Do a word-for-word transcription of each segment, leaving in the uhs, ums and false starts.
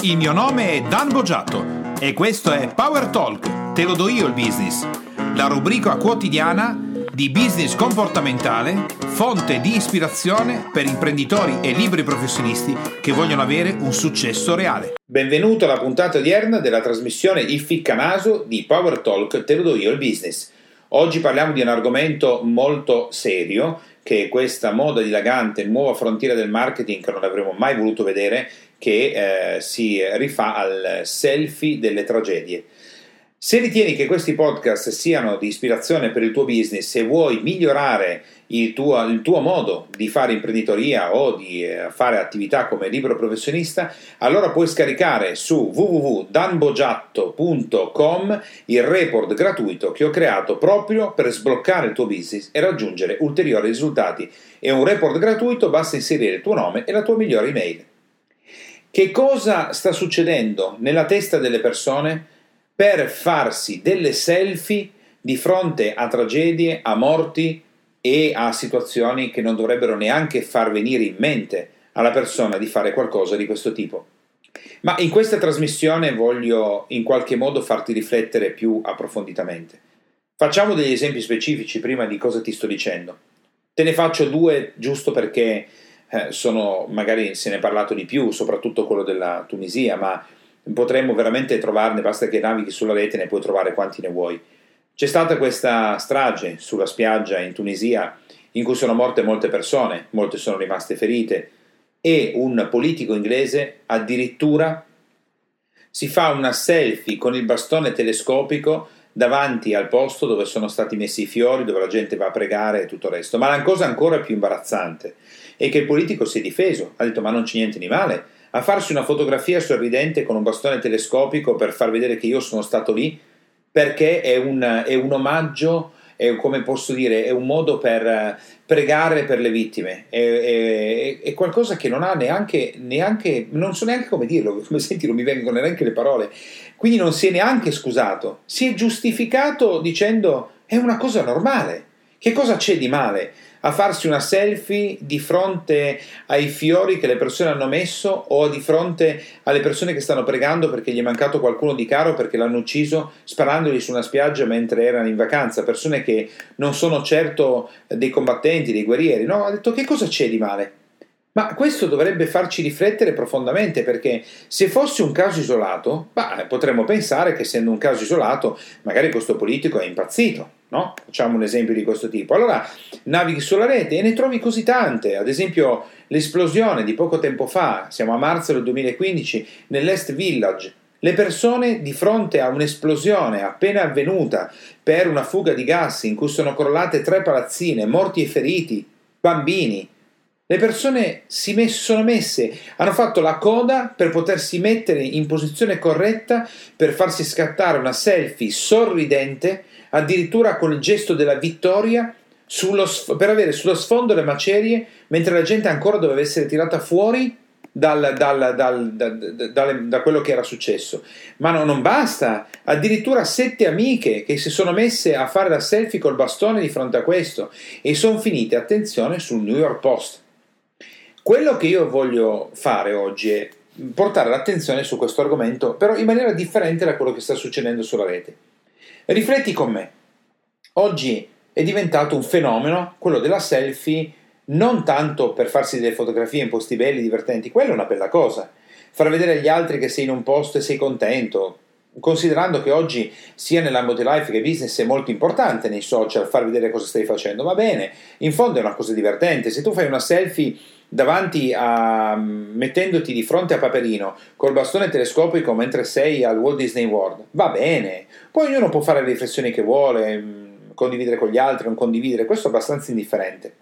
Il mio nome è Dan Boggiato e questo è Power Talk, te lo do io il business, la rubrica quotidiana di business comportamentale, fonte di ispirazione per imprenditori e liberi professionisti che vogliono avere un successo reale. Benvenuto alla puntata odierna della trasmissione Il Ficcanaso di Power Talk, te lo do io il business. Oggi parliamo di un argomento molto serio, che è questa moda dilagante, nuova frontiera del marketing che non avremmo mai voluto vedere, che eh, si rifà al selfie delle tragedie. Se ritieni che questi podcast siano di ispirazione per il tuo business, se vuoi migliorare il tuo, il tuo modo di fare imprenditoria o di eh, fare attività come libero professionista, allora puoi scaricare su w w w punto dan boggiatto punto com il report gratuito che ho creato proprio per sbloccare il tuo business e raggiungere ulteriori risultati. È un report gratuito, basta inserire il tuo nome e la tua migliore email. Che cosa sta succedendo nella testa delle persone per farsi delle selfie di fronte a tragedie, a morti e a situazioni che non dovrebbero neanche far venire in mente alla persona di fare qualcosa di questo tipo? Ma in questa trasmissione voglio in qualche modo farti riflettere più approfonditamente. Facciamo degli esempi specifici prima di cosa ti sto dicendo. Te ne faccio due giusto perché eh, sono, magari se ne è parlato di più, soprattutto quello della Tunisia, ma potremmo veramente trovarne, basta che navighi sulla rete, ne puoi trovare quanti ne vuoi. C'è stata questa strage sulla spiaggia in Tunisia in cui sono morte molte persone, molte sono rimaste ferite e un politico inglese addirittura si fa una selfie con il bastone telescopico davanti al posto dove sono stati messi i fiori, dove la gente va a pregare e tutto il resto. Ma la cosa ancora più imbarazzante è che il politico si è difeso, ha detto ma non c'è niente di male a farsi una fotografia sorridente con un bastone telescopico per far vedere che io sono stato lì, perché è un, è un omaggio, è, come posso dire, è un modo per pregare per le vittime, è, è, è qualcosa che non ha neanche, neanche, non so neanche come dirlo, come senti non mi vengono neanche le parole, quindi non si è neanche scusato, si è giustificato dicendo è una cosa normale, che cosa c'è di male a farsi una selfie di fronte ai fiori che le persone hanno messo o di fronte alle persone che stanno pregando perché gli è mancato qualcuno di caro perché l'hanno ucciso sparandogli su una spiaggia mentre erano in vacanza, persone che non sono certo dei combattenti, dei guerrieri, no? Ha detto che cosa c'è di male? Ma questo dovrebbe farci riflettere profondamente, perché se fosse un caso isolato, bah, potremmo pensare che essendo un caso isolato magari questo politico è impazzito, no? Facciamo un esempio di questo tipo. Allora navighi sulla rete e ne trovi così tante, ad esempio l'esplosione di poco tempo fa, siamo a marzo del duemilaquindici, nell'Est Village. Le persone di fronte a un'esplosione appena avvenuta per una fuga di gas in cui sono crollate tre palazzine, morti e feriti, bambini. Le persone si mess- sono messe, hanno fatto la coda per potersi mettere in posizione corretta per farsi scattare una selfie sorridente, addirittura con il gesto della vittoria, sullo sf- per avere sullo sfondo le macerie, mentre la gente ancora doveva essere tirata fuori dal, dal, dal, dal, dal, da quello che era successo. Ma no, non basta, addirittura sette amiche che si sono messe a fare la selfie col bastone di fronte a questo e sono finite, attenzione, sul New York Post. Quello che io voglio fare oggi è portare l'attenzione su questo argomento, però in maniera differente da quello che sta succedendo sulla rete. Rifletti con me. Oggi è diventato un fenomeno quello della selfie, non tanto per farsi delle fotografie in posti belli, divertenti, quella è una bella cosa. Far vedere agli altri che sei in un posto e sei contento, considerando che oggi sia nell'ambito di life che business è molto importante nei social far vedere cosa stai facendo, va bene, in fondo è una cosa divertente. Se tu fai una selfie davanti a mettendoti di fronte a Paperino col bastone telescopico mentre sei al Walt Disney World, va bene, poi ognuno può fare le riflessioni che vuole, condividere con gli altri, non condividere, questo è abbastanza indifferente.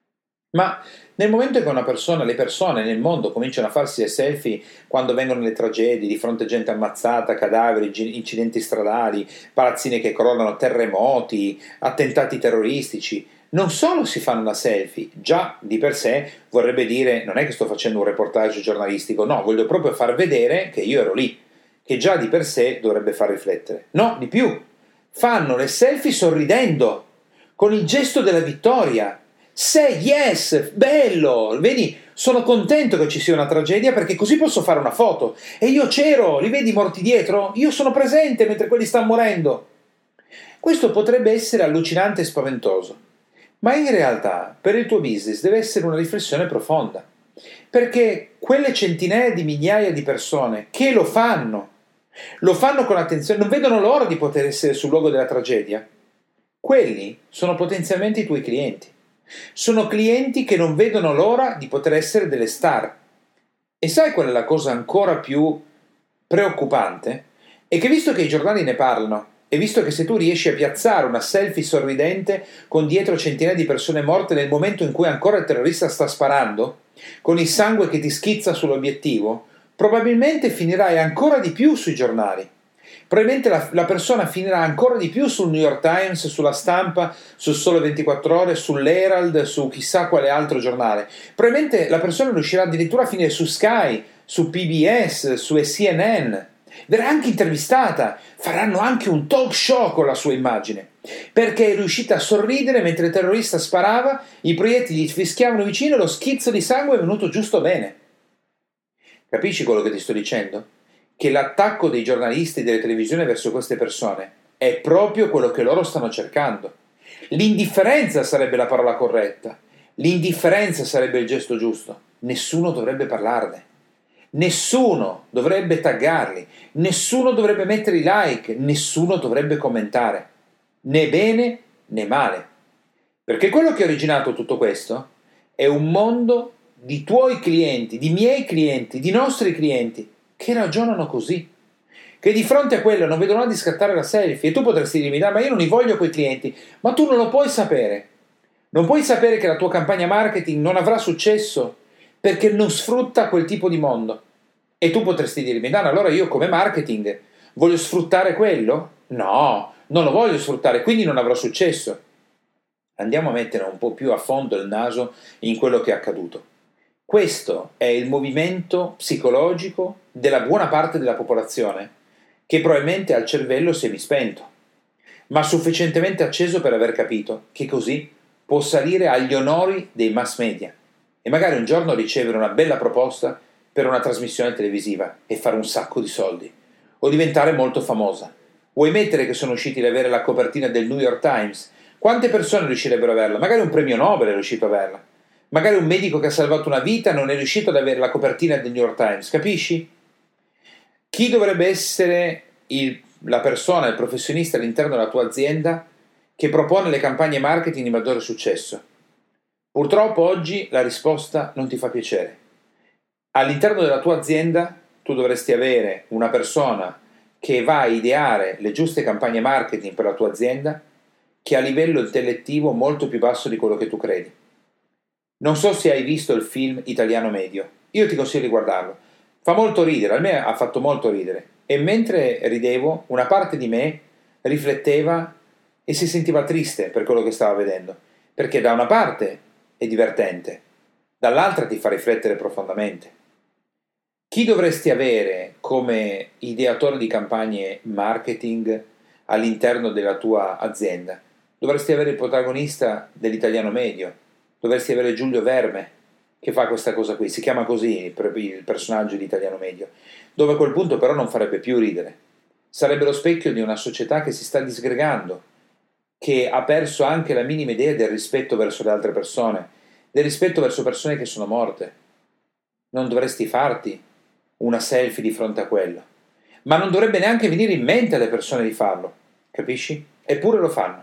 Ma nel momento che una persona, le persone nel mondo cominciano a farsi le selfie quando vengono le tragedie, di fronte a gente ammazzata, cadaveri, incidenti stradali, palazzine che crollano, terremoti, attentati terroristici, non solo si fanno la selfie, già di per sé vorrebbe dire non è che sto facendo un reportage giornalistico, no, voglio proprio far vedere che io ero lì, che già di per sé dovrebbe far riflettere. No, di più, fanno le selfie sorridendo, con il gesto della vittoria, Say yes, bello, vedi, sono contento che ci sia una tragedia perché così posso fare una foto. E io c'ero, li vedi morti dietro? Io sono presente mentre quelli stanno morendo. Questo potrebbe essere allucinante e spaventoso, ma in realtà per il tuo business deve essere una riflessione profonda, perché quelle centinaia di migliaia di persone che lo fanno, lo fanno con attenzione, non vedono l'ora di poter essere sul luogo della tragedia, quelli sono potenzialmente i tuoi clienti. Sono clienti che non vedono l'ora di poter essere delle star. E sai qual è la cosa ancora più preoccupante? È che visto che i giornali ne parlano, e visto che se tu riesci a piazzare una selfie sorridente con dietro centinaia di persone morte nel momento in cui ancora il terrorista sta sparando, con il sangue che ti schizza sull'obiettivo, probabilmente finirai ancora di più sui giornali. Probabilmente la, la persona finirà ancora di più sul New York Times, sulla Stampa, su Sole ventiquattro Ore, sull'Herald, su chissà quale altro giornale. Probabilmente la persona riuscirà addirittura a finire su Sky, su P B S, su C N N. Verrà anche intervistata, faranno anche un talk show con la sua immagine, perché è riuscita a sorridere mentre il terrorista sparava, i proiettili gli fischiavano vicino e lo schizzo di sangue è venuto giusto bene. Capisci quello che ti sto dicendo? Che l'attacco dei giornalisti e delle televisioni verso queste persone è proprio quello che loro stanno cercando. L'indifferenza sarebbe la parola corretta, l'indifferenza sarebbe il gesto giusto. Nessuno dovrebbe parlarne. Nessuno dovrebbe taggarli, nessuno dovrebbe mettere i like, nessuno dovrebbe commentare, né bene né male. Perché quello che ha originato tutto questo è un mondo di tuoi clienti, di miei clienti, di nostri clienti, che ragionano così, che di fronte a quello non vedono l'ora di scattare la selfie. E tu potresti dirmi, ma io non li voglio quei clienti, ma tu non lo puoi sapere. Non puoi sapere che la tua campagna marketing non avrà successo perché non sfrutta quel tipo di mondo. E tu potresti dirmi, Dan, allora io come marketing voglio sfruttare quello? No, non lo voglio sfruttare, quindi non avrò successo. Andiamo a mettere un po' più a fondo il naso in quello che è accaduto. Questo è il movimento psicologico della buona parte della popolazione che probabilmente ha il cervello semispento, ma sufficientemente acceso per aver capito che così può salire agli onori dei mass media e magari un giorno ricevere una bella proposta per una trasmissione televisiva e fare un sacco di soldi, o diventare molto famosa. Vuoi mettere che sono usciti ad avere la copertina del New York Times? Quante persone riuscirebbero ad averla? Magari un premio Nobel è riuscito ad averla. Magari un medico che ha salvato una vita non è riuscito ad avere la copertina del New York Times, capisci? Chi dovrebbe essere il, la persona, il professionista all'interno della tua azienda che propone le campagne marketing di maggiore successo? Purtroppo oggi la risposta non ti fa piacere. All'interno della tua azienda tu dovresti avere una persona che va a ideare le giuste campagne marketing per la tua azienda, che ha livello intellettivo molto più basso di quello che tu credi. Non so se hai visto il film Italiano Medio, io ti consiglio di guardarlo. Fa molto ridere, a me ha fatto molto ridere. E mentre ridevo, una parte di me rifletteva e si sentiva triste per quello che stava vedendo, perché da una parte è divertente, dall'altra ti fa riflettere profondamente. Chi dovresti avere come ideatore di campagne marketing all'interno della tua azienda? Dovresti avere il protagonista dell'Italiano Medio, dovresti avere Giulio Verme che fa questa cosa qui, si chiama così il personaggio di Italiano Medio, dove a quel punto però non farebbe più ridere. Sarebbe lo specchio di una società che si sta disgregando, che ha perso anche la minima idea del rispetto verso le altre persone, del rispetto verso persone che sono morte. Non dovresti farti una selfie di fronte a quello, ma non dovrebbe neanche venire in mente alle persone di farlo, capisci? Eppure lo fanno.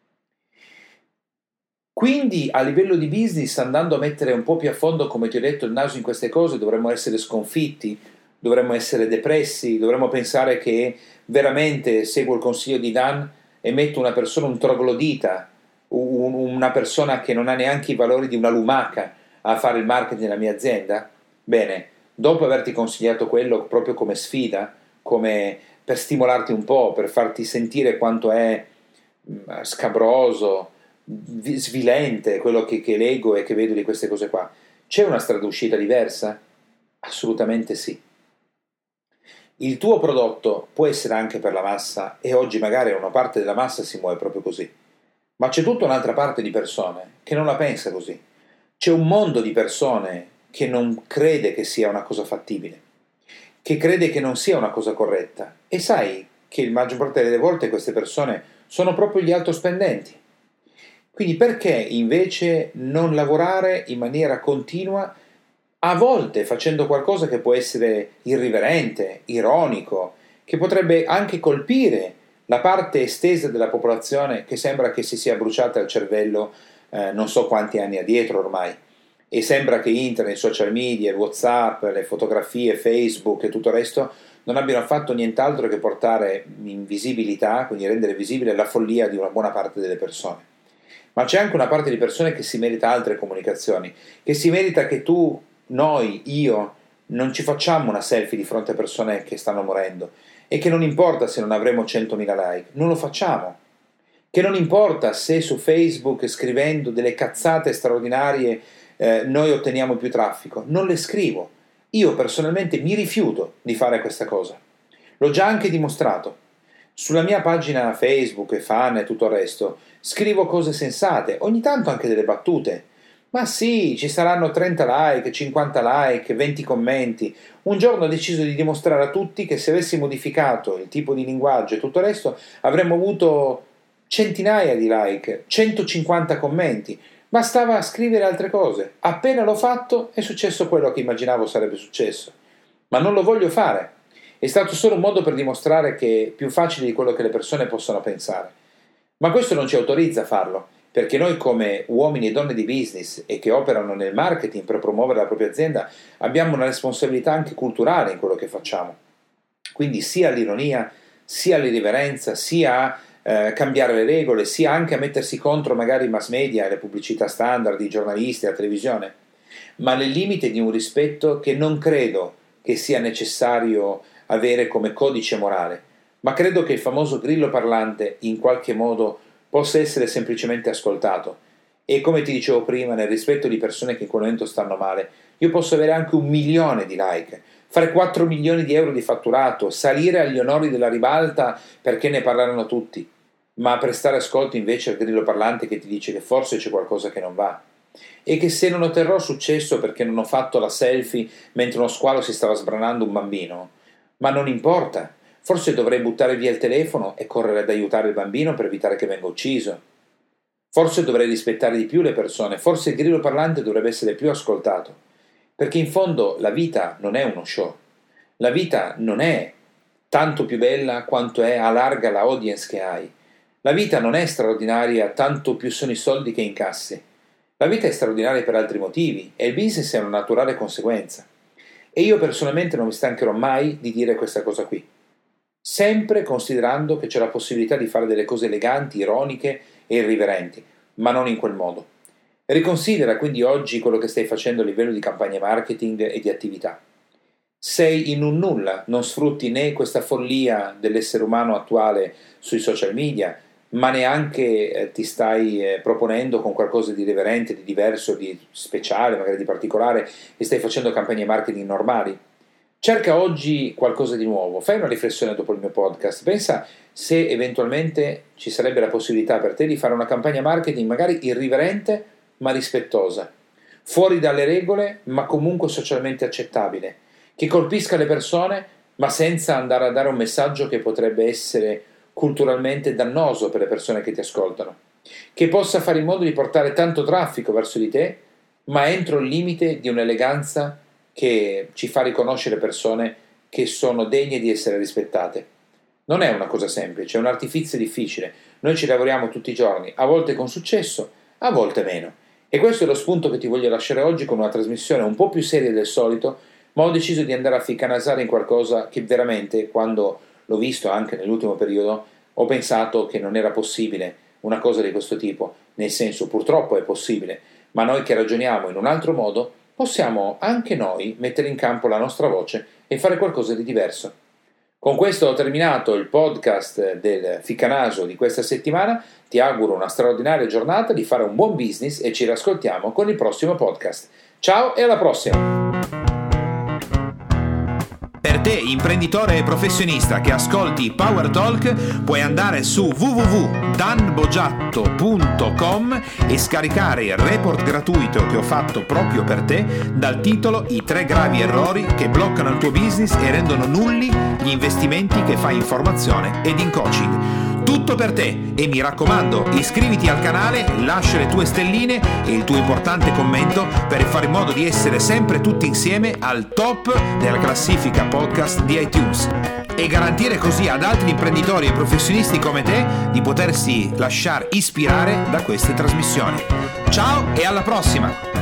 Quindi a livello di business, andando a mettere un po' più a fondo, come ti ho detto, il naso in queste cose, dovremmo essere sconfitti, dovremmo essere depressi, dovremmo pensare che veramente seguo il consiglio di Dan e metto una persona, un troglodita, un, una persona che non ha neanche i valori di una lumaca a fare il marketing nella mia azienda. Bene, dopo averti consigliato quello proprio come sfida, come per stimolarti un po', per farti sentire quanto è scabroso, svilente quello che, che leggo e che vedo di queste cose qua, c'è una strada d'uscita diversa? Assolutamente sì. Il tuo prodotto può essere anche per la massa, e oggi magari una parte della massa si muove proprio così, Ma c'è tutta un'altra parte di persone che non la pensa così. C'è un mondo di persone che non crede che sia una cosa fattibile, che crede che non sia una cosa corretta. E sai che il maggior parte delle volte queste persone sono proprio gli altospendenti. Quindi perché invece non lavorare in maniera continua, a volte facendo qualcosa che può essere irriverente, ironico, che potrebbe anche colpire la parte estesa della popolazione che sembra che si sia bruciata il cervello eh, non so quanti anni addietro ormai, e sembra che internet, i social media, il WhatsApp, le fotografie, Facebook e tutto il resto non abbiano fatto nient'altro che portare in visibilità, quindi rendere visibile la follia di una buona parte delle persone. Ma c'è anche una parte di persone che si merita altre comunicazioni, che si merita che tu, noi, io, non ci facciamo una selfie di fronte a persone che stanno morendo, e che non importa se non avremo centomila like, non lo facciamo. Che non importa se su Facebook scrivendo delle cazzate straordinarie eh, noi otteniamo più traffico, non le scrivo. Io personalmente mi rifiuto di fare questa cosa. L'ho già anche dimostrato. Sulla mia pagina Facebook e fan e tutto il resto scrivo cose sensate, ogni tanto anche delle battute. Ma sì, ci saranno trenta like, cinquanta like, venti commenti. Un giorno ho deciso di dimostrare a tutti che se avessi modificato il tipo di linguaggio e tutto il resto avremmo avuto centinaia di like, centocinquanta commenti. Bastava scrivere altre cose. Appena l'ho fatto è successo quello che immaginavo sarebbe successo. Ma non lo voglio fare. È stato solo un modo per dimostrare che è più facile di quello che le persone possono pensare. Ma questo non ci autorizza a farlo, perché noi come uomini e donne di business e che operano nel marketing per promuovere la propria azienda abbiamo una responsabilità anche culturale in quello che facciamo. Quindi sia all'ironia, sia all'irriverenza, sia a eh, cambiare le regole, sia anche a mettersi contro magari i mass media e le pubblicità standard, i giornalisti, la televisione, ma nel limite di un rispetto che non credo che sia necessario avere come codice morale, ma credo che il famoso grillo parlante in qualche modo possa essere semplicemente ascoltato. E come ti dicevo prima, nel rispetto di persone che in quel momento stanno male, io posso avere anche un milione di like, fare quattro milioni di euro di fatturato, salire agli onori della ribalta perché ne parlarono tutti, ma prestare ascolto invece al grillo parlante che ti dice che forse c'è qualcosa che non va, e che se non otterrò successo perché non ho fatto la selfie mentre uno squalo si stava sbranando un bambino, ma non importa, forse dovrei buttare via il telefono e correre ad aiutare il bambino per evitare che venga ucciso. Forse dovrei rispettare di più le persone, forse il grillo parlante dovrebbe essere più ascoltato, perché in fondo la vita non è uno show, la vita non è tanto più bella quanto è allarga la audience che hai, la vita non è straordinaria tanto più sono i soldi che incassi, la vita è straordinaria per altri motivi e il business è una naturale conseguenza. E io personalmente non mi stancherò mai di dire questa cosa qui, sempre considerando che c'è la possibilità di fare delle cose eleganti, ironiche e irriverenti, ma non in quel modo. Riconsidera quindi oggi quello che stai facendo a livello di campagne marketing e di attività. Sei in un nulla, non sfrutti né questa follia dell'essere umano attuale sui social media, ma neanche eh, ti stai eh, proponendo con qualcosa di irriverente, di diverso, di speciale, magari di particolare, e stai facendo campagne marketing normali. Cerca oggi qualcosa di nuovo, fai una riflessione dopo il mio podcast, pensa se eventualmente ci sarebbe la possibilità per te di fare una campagna marketing magari irriverente ma rispettosa, fuori dalle regole ma comunque socialmente accettabile, che colpisca le persone ma senza andare a dare un messaggio che potrebbe essere culturalmente dannoso per le persone che ti ascoltano, che possa fare in modo di portare tanto traffico verso di te ma entro il limite di un'eleganza che ci fa riconoscere persone che sono degne di essere rispettate. Non è una cosa semplice, è un artifizio difficile. Noi ci lavoriamo tutti i giorni, a volte con successo, a volte meno. E questo è lo spunto che ti voglio lasciare oggi con una trasmissione un po' più seria del solito, ma ho deciso di andare a ficcanasare in qualcosa che veramente, quando l'ho visto anche nell'ultimo periodo, ho pensato che non era possibile una cosa di questo tipo. Nel senso, purtroppo è possibile, ma noi che ragioniamo in un altro modo, possiamo anche noi mettere in campo la nostra voce e fare qualcosa di diverso. Con questo ho terminato il podcast del Ficcanaso di questa settimana, ti auguro una straordinaria giornata, di fare un buon business e ci riascoltiamo con il prossimo podcast. Ciao e alla prossima! Per te, imprenditore e professionista che ascolti Power Talk, puoi andare su w w w punto dan boggiatto punto com e scaricare il report gratuito che ho fatto proprio per te dal titolo I tre gravi errori che bloccano il tuo business e rendono nulli gli investimenti che fai in formazione ed in coaching. Tutto per te, e mi raccomando, iscriviti al canale, lascia le tue stelline e il tuo importante commento per fare in modo di essere sempre tutti insieme al top della classifica podcast di iTunes e garantire così ad altri imprenditori e professionisti come te di potersi lasciare ispirare da queste trasmissioni. Ciao e alla prossima!